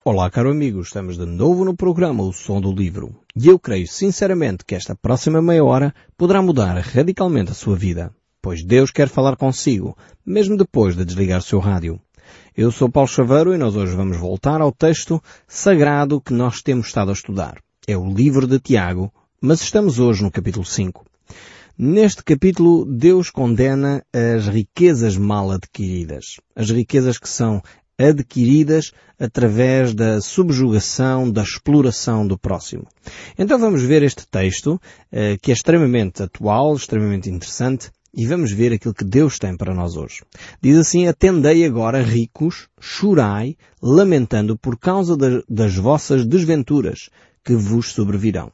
Olá, caro amigo, estamos de novo no programa O Som do Livro e eu creio sinceramente que esta próxima meia hora poderá mudar radicalmente a sua vida, pois Deus quer falar consigo, mesmo depois de desligar o seu rádio. Eu sou Paulo Chaveiro e nós hoje vamos voltar ao texto sagrado que nós temos estado a estudar. É o livro de Tiago, mas estamos hoje no capítulo 5. Neste capítulo, Deus condena as riquezas mal adquiridas, as riquezas que são adquiridas através da subjugação, da exploração do próximo. Então vamos ver este texto, que é extremamente atual, extremamente interessante, e vamos ver aquilo que Deus tem para nós hoje. Diz assim: atendei agora, ricos, chorai, lamentando por causa das vossas desventuras que vos sobrevirão.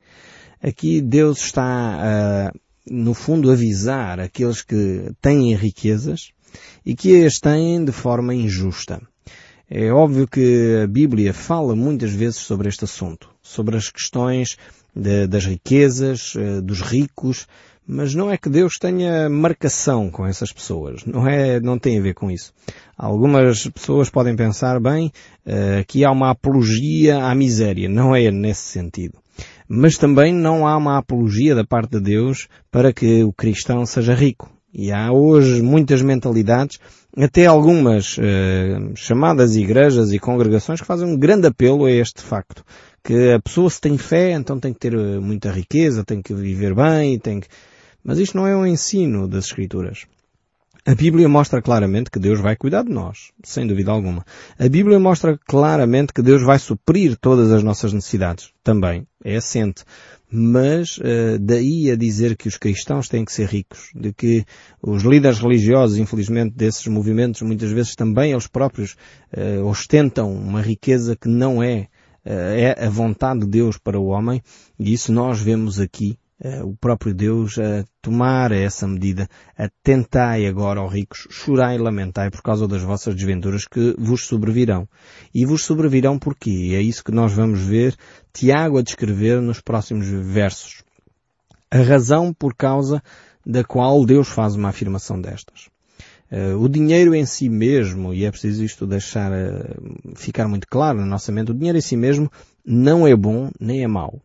Aqui Deus está, no fundo, a avisar aqueles que têm riquezas e que as têm de forma injusta. É óbvio que a Bíblia fala muitas vezes sobre este assunto, sobre as questões das riquezas, dos ricos, mas não é que Deus tenha marcação com essas pessoas, não tem a ver com isso. Algumas pessoas podem pensar, aqui há uma apologia à miséria, não é nesse sentido. Mas também não há uma apologia da parte de Deus para que o cristão seja rico. E há hoje muitas mentalidades, até algumas chamadas igrejas e congregações que fazem um grande apelo a este facto. Que a pessoa, se tem fé, então tem que ter muita riqueza, tem que viver bem, Mas isto não é um ensino das Escrituras. A Bíblia mostra claramente que Deus vai cuidar de nós, sem dúvida alguma. A Bíblia mostra claramente que Deus vai suprir todas as nossas necessidades, também, é assente. Mas daí a dizer que os cristãos têm que ser ricos, de que os líderes religiosos, infelizmente, desses movimentos, muitas vezes também eles próprios ostentam uma riqueza que não é a vontade de Deus para o homem, e isso nós vemos aqui. O próprio Deus a tomar essa medida, atentai agora, ó ricos, chorai e lamentai por causa das vossas desventuras que vos sobrevirão. E vos sobrevirão porquê? É isso que nós vamos ver Tiago a descrever nos próximos versos. A razão por causa da qual Deus faz uma afirmação destas. O dinheiro em si mesmo, e é preciso isto deixar ficar muito claro na nossa mente, o dinheiro em si mesmo não é bom nem é mau.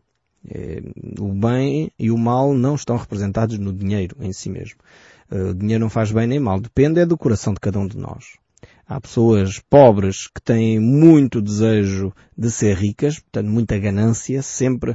O bem e o mal não estão representados no dinheiro em si mesmo. O dinheiro não faz bem nem mal, depende do coração de cada um de nós. Há pessoas pobres que têm muito desejo de ser ricas, portanto muita ganância, sempre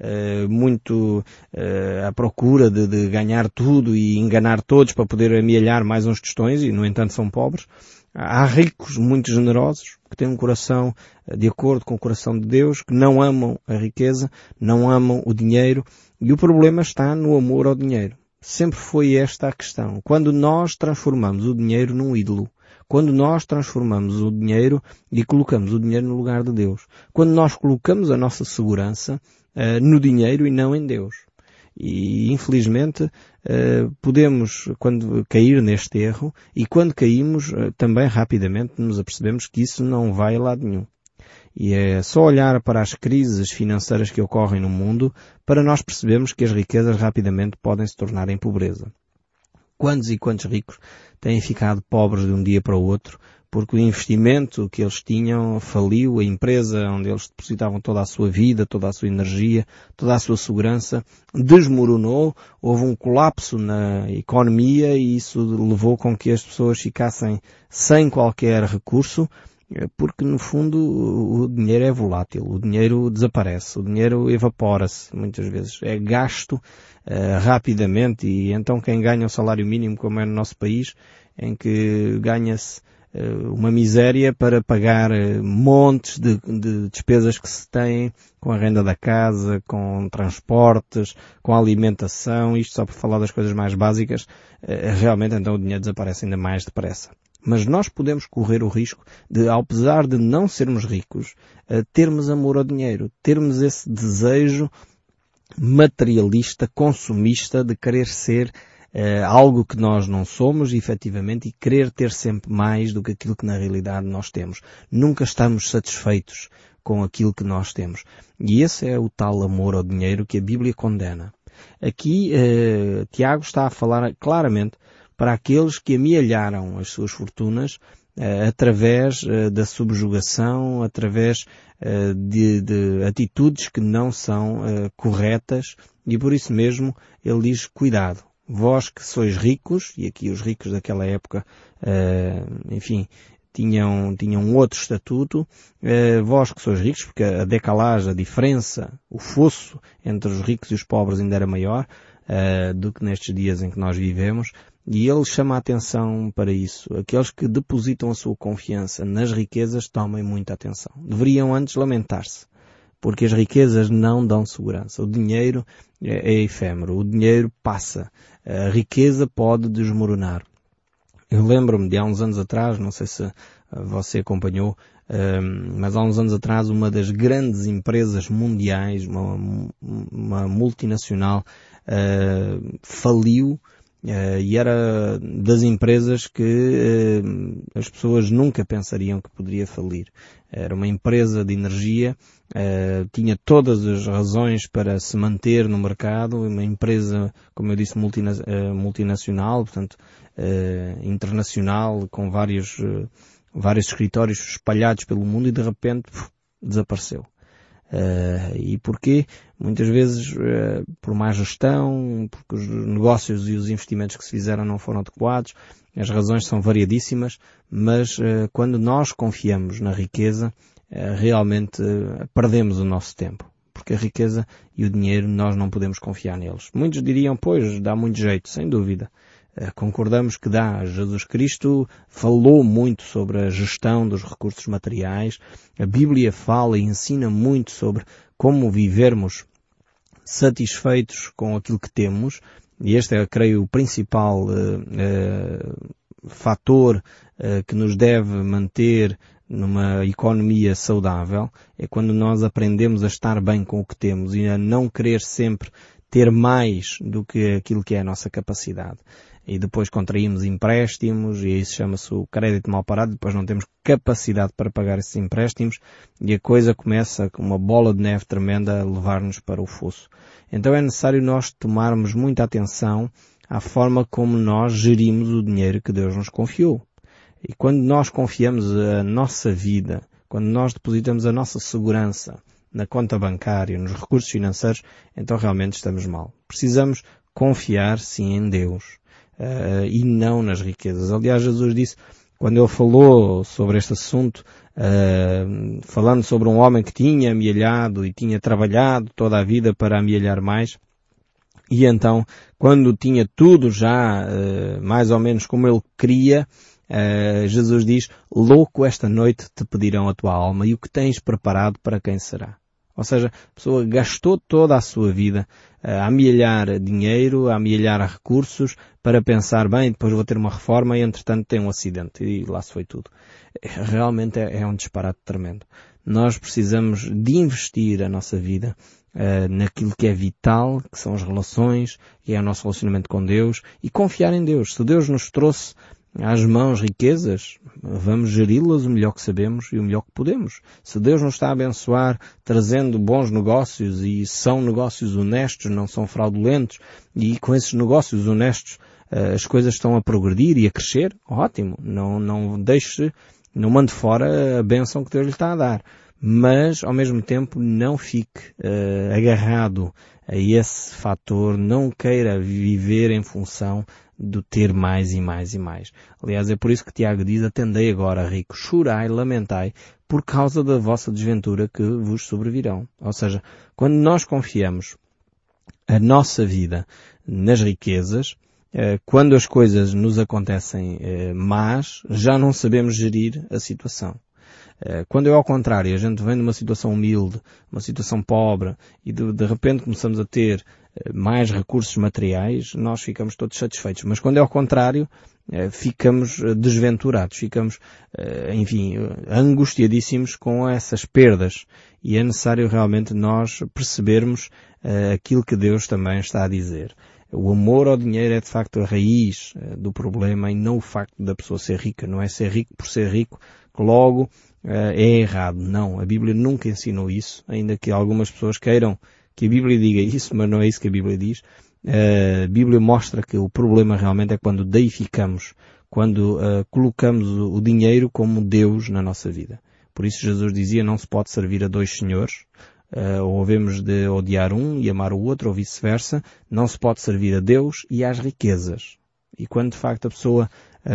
à procura de ganhar tudo e enganar todos para poder amealhar mais uns tostões e no entanto são pobres. Há ricos muito generosos que têm um coração de acordo com o coração de Deus, que não amam a riqueza, não amam o dinheiro, e o problema está no amor ao dinheiro. Sempre foi esta a questão. Quando nós transformamos o dinheiro num ídolo, quando nós transformamos o dinheiro e colocamos o dinheiro no lugar de Deus, quando nós colocamos a nossa segurança no dinheiro e não em Deus. E, infelizmente, podemos cair neste erro e quando caímos, também rapidamente nos apercebemos que isso não vai a lado nenhum. E é só olhar para as crises financeiras que ocorrem no mundo para nós percebermos que as riquezas rapidamente podem se tornar em pobreza. Quantos e quantos ricos têm ficado pobres de um dia para o outro porque o investimento que eles tinham faliu, a empresa onde eles depositavam toda a sua vida, toda a sua energia, toda a sua segurança, desmoronou, houve um colapso na economia e isso levou com que as pessoas ficassem sem qualquer recurso, porque no fundo o dinheiro é volátil, o dinheiro desaparece, o dinheiro evapora-se muitas vezes, é gasto rapidamente e então quem ganha o salário mínimo, como é no nosso país, em que ganha-se uma miséria para pagar montes de despesas que se têm com a renda da casa, com transportes, com a alimentação, isto só por falar das coisas mais básicas, realmente então o dinheiro desaparece ainda mais depressa. Mas nós podemos correr o risco de, apesar de não sermos ricos, termos amor ao dinheiro, termos esse desejo materialista, consumista, de querer ser algo que nós não somos, efetivamente, e querer ter sempre mais do que aquilo que na realidade nós temos. Nunca estamos satisfeitos com aquilo que nós temos. E esse é o tal amor ao dinheiro que a Bíblia condena. Aqui, Tiago está a falar claramente para aqueles que amealharam as suas fortunas através da subjugação, através de atitudes que não são corretas, e por isso mesmo ele diz, cuidado, vós que sois ricos, e aqui os ricos daquela época, enfim, tinham outro estatuto, vós que sois ricos, porque a decalagem, a diferença, o fosso entre os ricos e os pobres ainda era maior do que nestes dias em que nós vivemos, e ele chama a atenção para isso. Aqueles que depositam a sua confiança nas riquezas, tomem muita atenção. Deveriam antes lamentar-se, porque as riquezas não dão segurança. O dinheiro é efêmero, o dinheiro passa, a riqueza pode desmoronar. Eu lembro-me de há uns anos atrás, não sei se você acompanhou, mas há uns anos atrás uma das grandes empresas mundiais, uma multinacional, faliu, e era das empresas que as pessoas nunca pensariam que poderia falir. Era uma empresa de energia, tinha todas as razões para se manter no mercado, uma empresa, como eu disse, multinacional, portanto, internacional, com vários escritórios espalhados pelo mundo, e de repente desapareceu. E porquê? Muitas vezes por má gestão, porque os negócios e os investimentos que se fizeram não foram adequados. As razões são variadíssimas, mas quando nós confiamos na riqueza, realmente perdemos o nosso tempo. Porque a riqueza e o dinheiro, nós não podemos confiar neles. Muitos diriam, pois, dá muito jeito, sem dúvida. Concordamos que dá. Jesus Cristo falou muito sobre a gestão dos recursos materiais. A Bíblia fala e ensina muito sobre como vivermos satisfeitos com aquilo que temos. E este é, creio, o principal fator que nos deve manter numa economia saudável. É quando nós aprendemos a estar bem com o que temos e a não querer sempre ter mais do que aquilo que é a nossa capacidade. E depois contraímos empréstimos, e isso chama-se o crédito mal parado, depois não temos capacidade para pagar esses empréstimos, e a coisa começa com uma bola de neve tremenda a levar-nos para o fosso. Então é necessário nós tomarmos muita atenção à forma como nós gerimos o dinheiro que Deus nos confiou. E quando nós confiamos a nossa vida, quando nós depositamos a nossa segurança na conta bancária, nos recursos financeiros, então realmente estamos mal. Precisamos confiar, sim, em Deus. E não nas riquezas. Aliás, Jesus disse, quando ele falou sobre este assunto, falando sobre um homem que tinha amealhado e tinha trabalhado toda a vida para amealhar mais, e então, quando tinha tudo já mais ou menos como ele queria, Jesus diz, louco, esta noite te pedirão a tua alma, e o que tens preparado para quem será? Ou seja, a pessoa gastou toda a sua vida a amealhar dinheiro, a amealhar recursos, para pensar, bem, depois vou ter uma reforma e entretanto tem um acidente. E lá se foi tudo. Realmente é um disparate tremendo. Nós precisamos de investir a nossa vida naquilo que é vital, que são as relações, que é o nosso relacionamento com Deus, e confiar em Deus. Se Deus nos trouxe às mãos riquezas, vamos geri-las o melhor que sabemos e o melhor que podemos. Se Deus nos está a abençoar trazendo bons negócios, e são negócios honestos, não são fraudulentos, e com esses negócios honestos as coisas estão a progredir e a crescer, ótimo. Não deixe, não mande fora a bênção que Deus lhe está a dar. Mas, ao mesmo tempo, não fique agarrado a esse fator, não queira viver em função do ter mais e mais e mais. Aliás, é por isso que Tiago diz, atendei agora, ricos, chorai, lamentai, por causa da vossa desventura que vos sobrevirão. Ou seja, quando nós confiamos a nossa vida nas riquezas, quando as coisas nos acontecem más, já não sabemos gerir a situação. Quando é ao contrário, a gente vem de uma situação humilde, uma situação pobre, e de repente começamos a ter mais recursos materiais, nós ficamos todos satisfeitos. Mas quando é ao contrário, ficamos desventurados, ficamos, angustiadíssimos com essas perdas. E é necessário realmente nós percebermos aquilo que Deus também está a dizer. O amor ao dinheiro é de facto a raiz do problema, e não o facto da pessoa ser rica. Não é ser rico por ser rico, que logo é errado. Não, a Bíblia nunca ensinou isso, ainda que algumas pessoas queiram que a Bíblia diga isso, mas não é isso que a Bíblia diz. A Bíblia mostra que o problema realmente é quando deificamos quando colocamos o dinheiro como Deus na nossa vida. Por isso Jesus dizia, não se pode servir a dois senhores, ou havemos de odiar um e amar o outro, ou vice-versa. Não se pode servir a Deus e às riquezas. E quando de facto a pessoa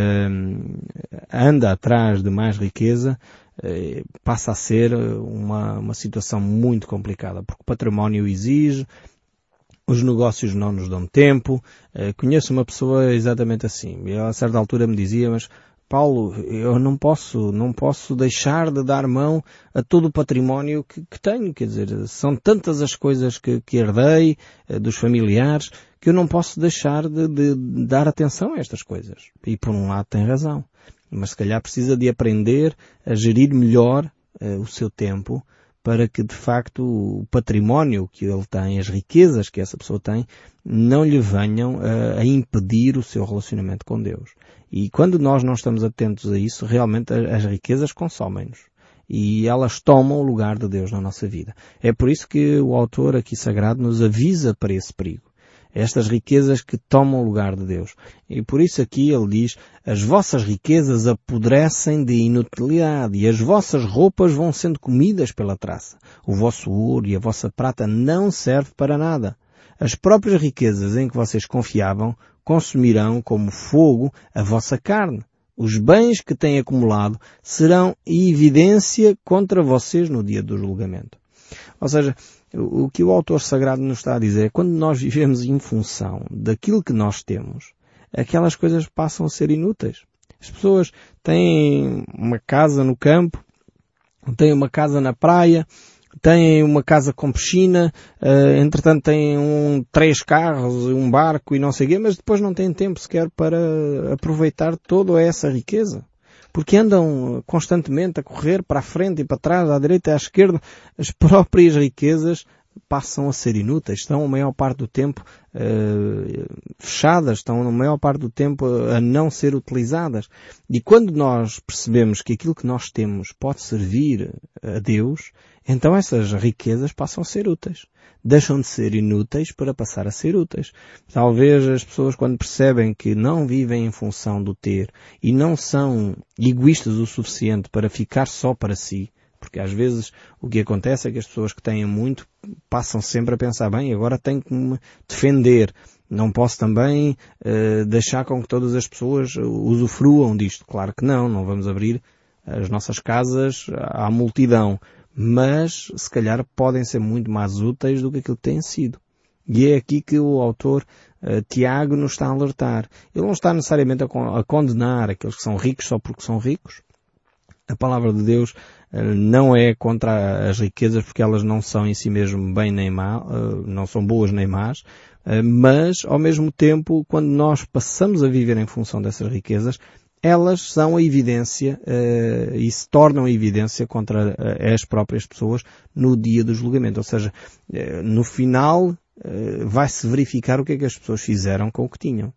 anda atrás de mais riqueza, passa a ser uma situação muito complicada, porque o património exige, os negócios não nos dão tempo. Conheço uma pessoa exatamente assim, e ela a certa altura me dizia, mas Paulo, eu não posso deixar de dar mão a todo o património que tenho, quer dizer, são tantas as coisas que herdei dos familiares, que eu não posso deixar de dar atenção a estas coisas. E por um lado tem razão, mas se calhar precisa de aprender a gerir melhor o seu tempo, para que de facto o património que ele tem, as riquezas que essa pessoa tem, não lhe venham a impedir o seu relacionamento com Deus. E quando nós não estamos atentos a isso, realmente as riquezas consomem-nos. E elas tomam o lugar de Deus na nossa vida. É por isso que o autor aqui sagrado nos avisa para esse perigo. Estas riquezas que tomam o lugar de Deus. E por isso aqui ele diz, as vossas riquezas apodrecem de inutilidade e as vossas roupas vão sendo comidas pela traça. O vosso ouro e a vossa prata não servem para nada. As próprias riquezas em que vocês confiavam consumirão como fogo a vossa carne. Os bens que têm acumulado serão evidência contra vocês no dia do julgamento. Ou seja, o que o autor sagrado nos está a dizer é que quando nós vivemos em função daquilo que nós temos, aquelas coisas passam a ser inúteis. As pessoas têm uma casa no campo, têm uma casa na praia, têm uma casa com piscina, entretanto têm 3 carros, um barco e não sei o quê, mas depois não têm tempo sequer para aproveitar toda essa riqueza. Porque andam constantemente a correr para a frente e para trás, à direita e à esquerda. As próprias riquezas passam a ser inúteis, estão a maior parte do tempo fechadas, estão a maior parte do tempo a não ser utilizadas. E quando nós percebemos que aquilo que nós temos pode servir a Deus, então essas riquezas passam a ser úteis. Deixam de ser inúteis para passar a ser úteis. Talvez as pessoas, quando percebem que não vivem em função do ter e não são egoístas o suficiente para ficar só para si, porque às vezes o que acontece é que as pessoas que têm muito passam sempre a pensar, bem, agora tenho que me defender. Não posso também deixar com que todas as pessoas usufruam disto. Claro que não vamos abrir as nossas casas à multidão. Mas, se calhar, podem ser muito mais úteis do que aquilo que têm sido. E é aqui que o autor Tiago nos está a alertar. Ele não está necessariamente a condenar aqueles que são ricos só porque são ricos. A palavra de Deus não é contra as riquezas porque elas não são em si mesmo bem nem má, não são boas nem más, mas, ao mesmo tempo, quando nós passamos a viver em função dessas riquezas, elas são a evidência e se tornam a evidência contra as próprias pessoas no dia do julgamento. Ou seja, no final vai-se verificar o que é que as pessoas fizeram com o que tinham.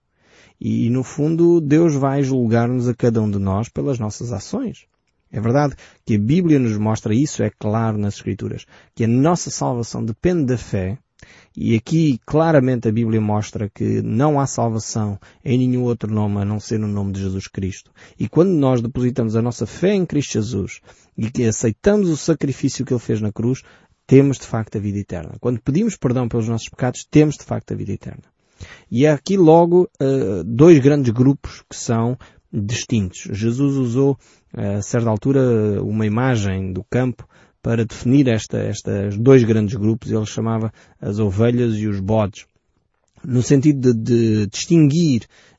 E no fundo Deus vai julgar-nos a cada um de nós pelas nossas ações. É verdade que a Bíblia nos mostra isso, é claro nas Escrituras, que a nossa salvação depende da fé. E aqui claramente a Bíblia mostra que não há salvação em nenhum outro nome a não ser no nome de Jesus Cristo. E quando nós depositamos a nossa fé em Cristo Jesus e que aceitamos o sacrifício que Ele fez na cruz, temos de facto a vida eterna. Quando pedimos perdão pelos nossos pecados, temos de facto a vida eterna. E há aqui logo 2 grandes grupos que são distintos. Jesus usou a certa altura uma imagem do campo para definir estes 2 grandes grupos. Ele chamava as ovelhas e os bodes, no sentido de distinguir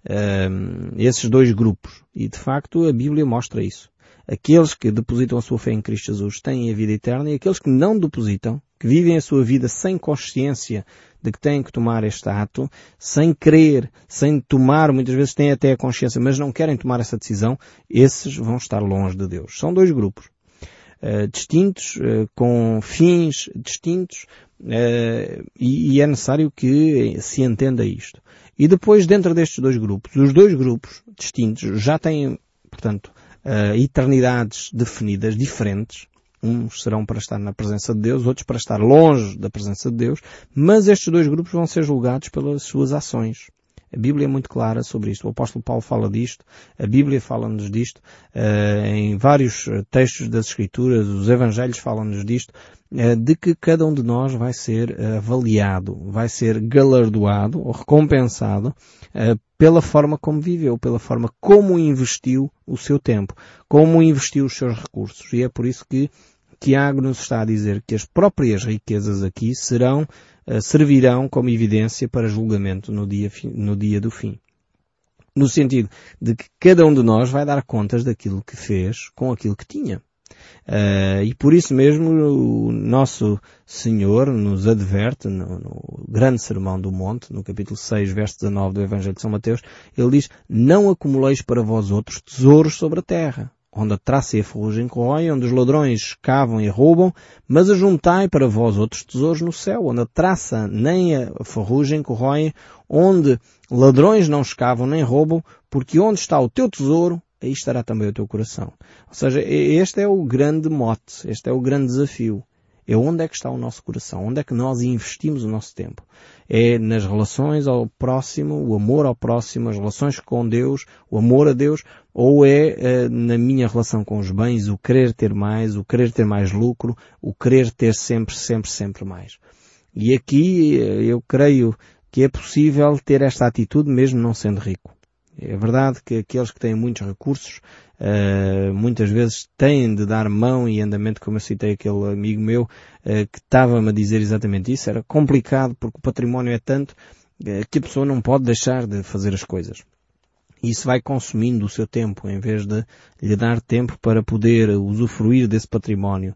esses 2 grupos. E de facto a Bíblia mostra isso. Aqueles que depositam a sua fé em Cristo Jesus têm a vida eterna, e aqueles que não depositam, que vivem a sua vida sem consciência de que têm que tomar este ato, sem querer, sem tomar, muitas vezes têm até a consciência, mas não querem tomar essa decisão, esses vão estar longe de Deus. São 2 grupos. Distintos, com fins distintos, e é necessário que se entenda isto. E depois, dentro destes 2 grupos, os 2 grupos distintos já têm, portanto, eternidades definidas, diferentes. Uns serão para estar na presença de Deus, outros para estar longe da presença de Deus, mas estes 2 grupos vão ser julgados pelas suas ações. A Bíblia é muito clara sobre isto. O apóstolo Paulo fala disto, a Bíblia fala-nos disto, em vários textos das Escrituras, os Evangelhos falam-nos disto, de que cada um de nós vai ser avaliado, vai ser galardoado ou recompensado pela forma como viveu, pela forma como investiu o seu tempo, como investiu os seus recursos. E é por isso que Tiago nos está a dizer que as próprias riquezas aqui servirão como evidência para julgamento no dia do fim. No sentido de que cada um de nós vai dar contas daquilo que fez com aquilo que tinha. E por isso mesmo o nosso Senhor nos adverte no grande sermão do monte, no capítulo 6, verso 19 do Evangelho de São Mateus, ele diz: não acumuleis para vós outros tesouros sobre a terra, onde a traça e a ferrugem corroem, onde os ladrões escavam e roubam, mas ajuntai para vós outros tesouros no céu, onde a traça nem a ferrugem corroem, onde ladrões não escavam nem roubam, porque onde está o teu tesouro, aí estará também o teu coração. Ou seja, este é o grande mote, este é o grande desafio. É onde é que está o nosso coração, onde é que nós investimos o nosso tempo. É nas relações ao próximo, o amor ao próximo, as relações com Deus, o amor a Deus, ou é na minha relação com os bens, o querer ter mais lucro, o querer ter sempre mais. E aqui eu creio que é possível ter esta atitude mesmo não sendo rico. É verdade que aqueles que têm muitos recursos muitas vezes têm de dar mão e andamento, como eu citei aquele amigo meu que estava-me a dizer exatamente isso. Era complicado porque o património é tanto que a pessoa não pode deixar de fazer as coisas. E isso vai consumindo o seu tempo, em vez de lhe dar tempo para poder usufruir desse património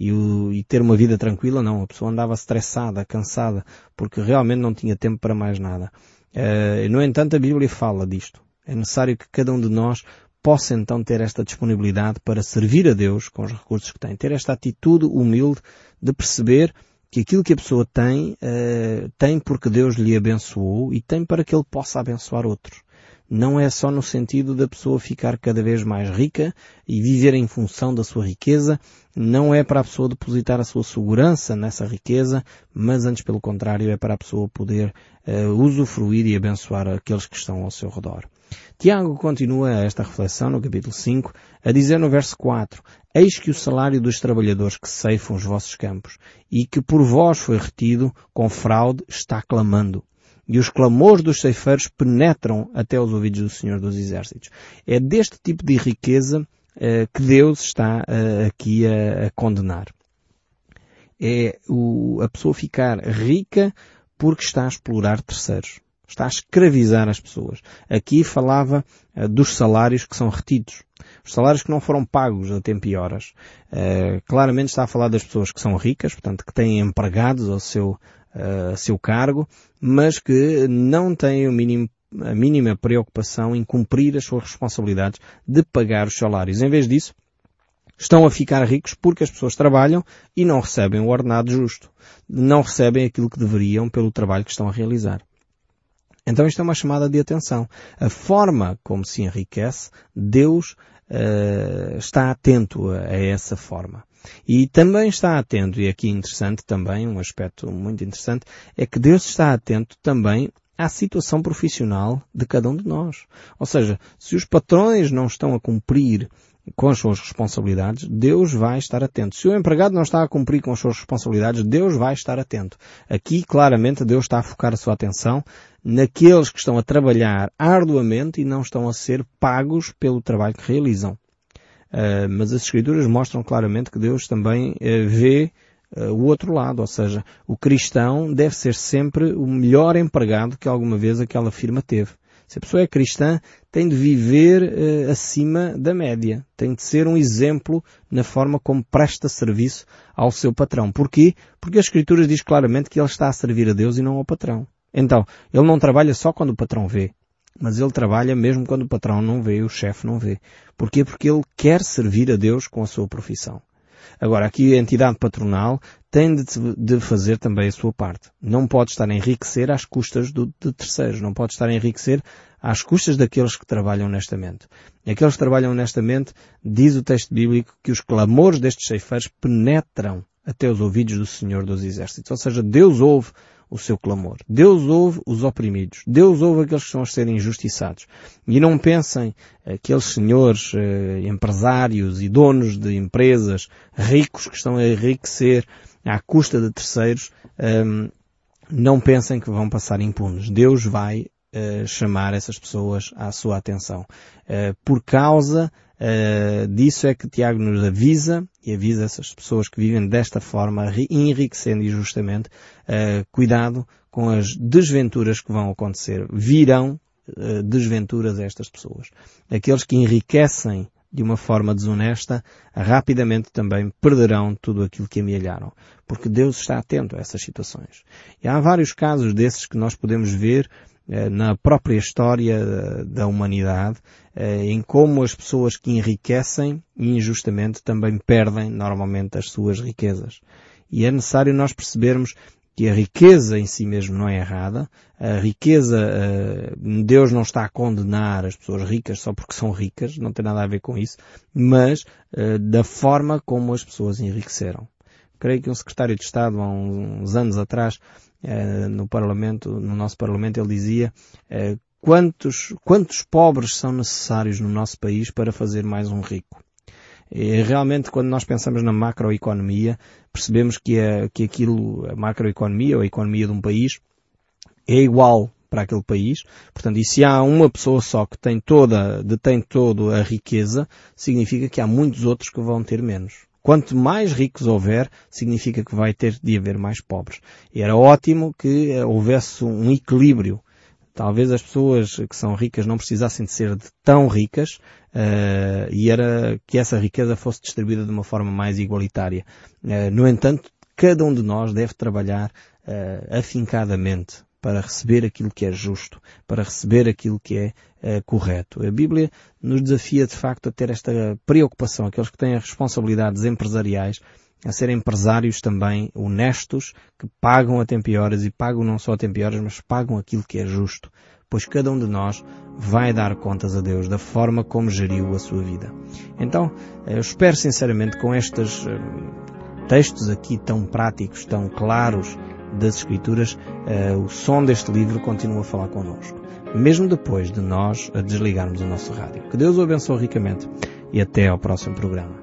e ter uma vida tranquila. Não, a pessoa andava estressada, cansada, porque realmente não tinha tempo para mais nada. No entanto, a Bíblia fala disto. É necessário que cada um de nós possa então ter esta disponibilidade para servir a Deus com os recursos que tem. Ter esta atitude humilde de perceber que aquilo que a pessoa tem porque Deus lhe abençoou e tem para que ele possa abençoar outros. Não é só no sentido da pessoa ficar cada vez mais rica e viver em função da sua riqueza. Não é para a pessoa depositar a sua segurança nessa riqueza, mas antes pelo contrário é para a pessoa poder usufruir e abençoar aqueles que estão ao seu redor. Tiago continua esta reflexão no capítulo 5 a dizer no verso 4: eis que o salário dos trabalhadores que ceifam os vossos campos e que por vós foi retido com fraude está clamando. E os clamores dos ceifeiros penetram até os ouvidos do Senhor dos Exércitos. É deste tipo de riqueza que Deus está aqui a condenar. É a pessoa ficar rica porque está a explorar terceiros. Está a escravizar as pessoas. Aqui falava dos salários que são retidos. Os salários que não foram pagos a tempo e horas. Claramente está a falar das pessoas que são ricas, portanto que têm empregados ao seu cargo, mas que não têm a mínima preocupação em cumprir as suas responsabilidades de pagar os salários. Em vez disso, estão a ficar ricos porque as pessoas trabalham e não recebem o ordenado justo. Não recebem aquilo que deveriam pelo trabalho que estão a realizar. Então isto é uma chamada de atenção. A forma como se enriquece, Deus está atento a essa forma. E também está atento, e aqui interessante também, um aspecto muito interessante, é que Deus está atento também à situação profissional de cada um de nós. Ou seja, se os patrões não estão a cumprir com as suas responsabilidades, Deus vai estar atento. Se o empregado não está a cumprir com as suas responsabilidades, Deus vai estar atento. Aqui, claramente, Deus está a focar a sua atenção naqueles que estão a trabalhar arduamente e não estão a ser pagos pelo trabalho que realizam. Mas as Escrituras mostram claramente que Deus também vê o outro lado, ou seja, o cristão deve ser sempre o melhor empregado que alguma vez aquela firma teve. Se a pessoa é cristã, tem de viver acima da média. Tem de ser um exemplo na forma como presta serviço ao seu patrão. Porquê? Porque as Escrituras diz claramente que ele está a servir a Deus e não ao patrão. Então, ele não trabalha só quando o patrão vê, mas ele trabalha mesmo quando o patrão não vê, o chefe não vê. Porquê? Porque ele quer servir a Deus com a sua profissão. Agora, aqui a entidade patronal tem de fazer também a sua parte. Não pode estar a enriquecer às custas de terceiros. Não pode estar a enriquecer às custas daqueles que trabalham honestamente. E aqueles que trabalham honestamente, diz o texto bíblico, que os clamores destes ceifeiros penetram até os ouvidos do Senhor dos Exércitos. Ou seja, Deus ouve o seu clamor. Deus ouve os oprimidos. Deus ouve aqueles que estão a ser injustiçados. E não pensem aqueles senhores, empresários e donos de empresas ricos que estão a enriquecer à custa de terceiros, não pensem que vão passar impunes. Deus vai chamar essas pessoas à sua atenção. Por causa disso é que Tiago nos avisa, e avisa essas pessoas que vivem desta forma, enriquecendo injustamente, cuidado com as desventuras que vão acontecer. Virão desventuras a estas pessoas. Aqueles que enriquecem de uma forma desonesta, rapidamente também perderão tudo aquilo que amealharam. Porque Deus está atento a essas situações. E há vários casos desses que nós podemos ver na própria história da humanidade, em como as pessoas que enriquecem injustamente também perdem normalmente as suas riquezas. E é necessário nós percebermos que a riqueza em si mesmo não é errada. A riqueza, Deus não está a condenar as pessoas ricas só porque são ricas, não tem nada a ver com isso, mas da forma como as pessoas enriqueceram. Creio que um secretário de Estado, há uns anos atrás, no nosso Parlamento, ele dizia quantos pobres são necessários no nosso país para fazer mais um rico. E realmente, quando nós pensamos na macroeconomia, percebemos que a macroeconomia ou a economia de um país é igual para aquele país. Portanto, e se há uma pessoa só que detém toda a riqueza, significa que há muitos outros que vão ter menos. Quanto mais ricos houver, significa que vai ter de haver mais pobres. E era ótimo que houvesse um equilíbrio. Talvez as pessoas que são ricas não precisassem de ser tão ricas, e era que essa riqueza fosse distribuída de uma forma mais igualitária. No entanto, cada um de nós deve trabalhar afincadamente para receber aquilo que é justo, para receber aquilo que é correto. A Bíblia nos desafia, de facto, a ter esta preocupação, aqueles que têm as responsabilidades empresariais, a serem empresários também honestos, que pagam a tempo e horas, e pagam não só a tempo e horas, mas pagam aquilo que é justo, pois cada um de nós vai dar contas a Deus da forma como geriu a sua vida. Então, eu espero sinceramente com estes textos aqui tão práticos, tão claros das Escrituras, o som deste livro continua a falar connosco, mesmo depois de nós desligarmos o nosso rádio. Que Deus o abençoe ricamente e até ao próximo programa.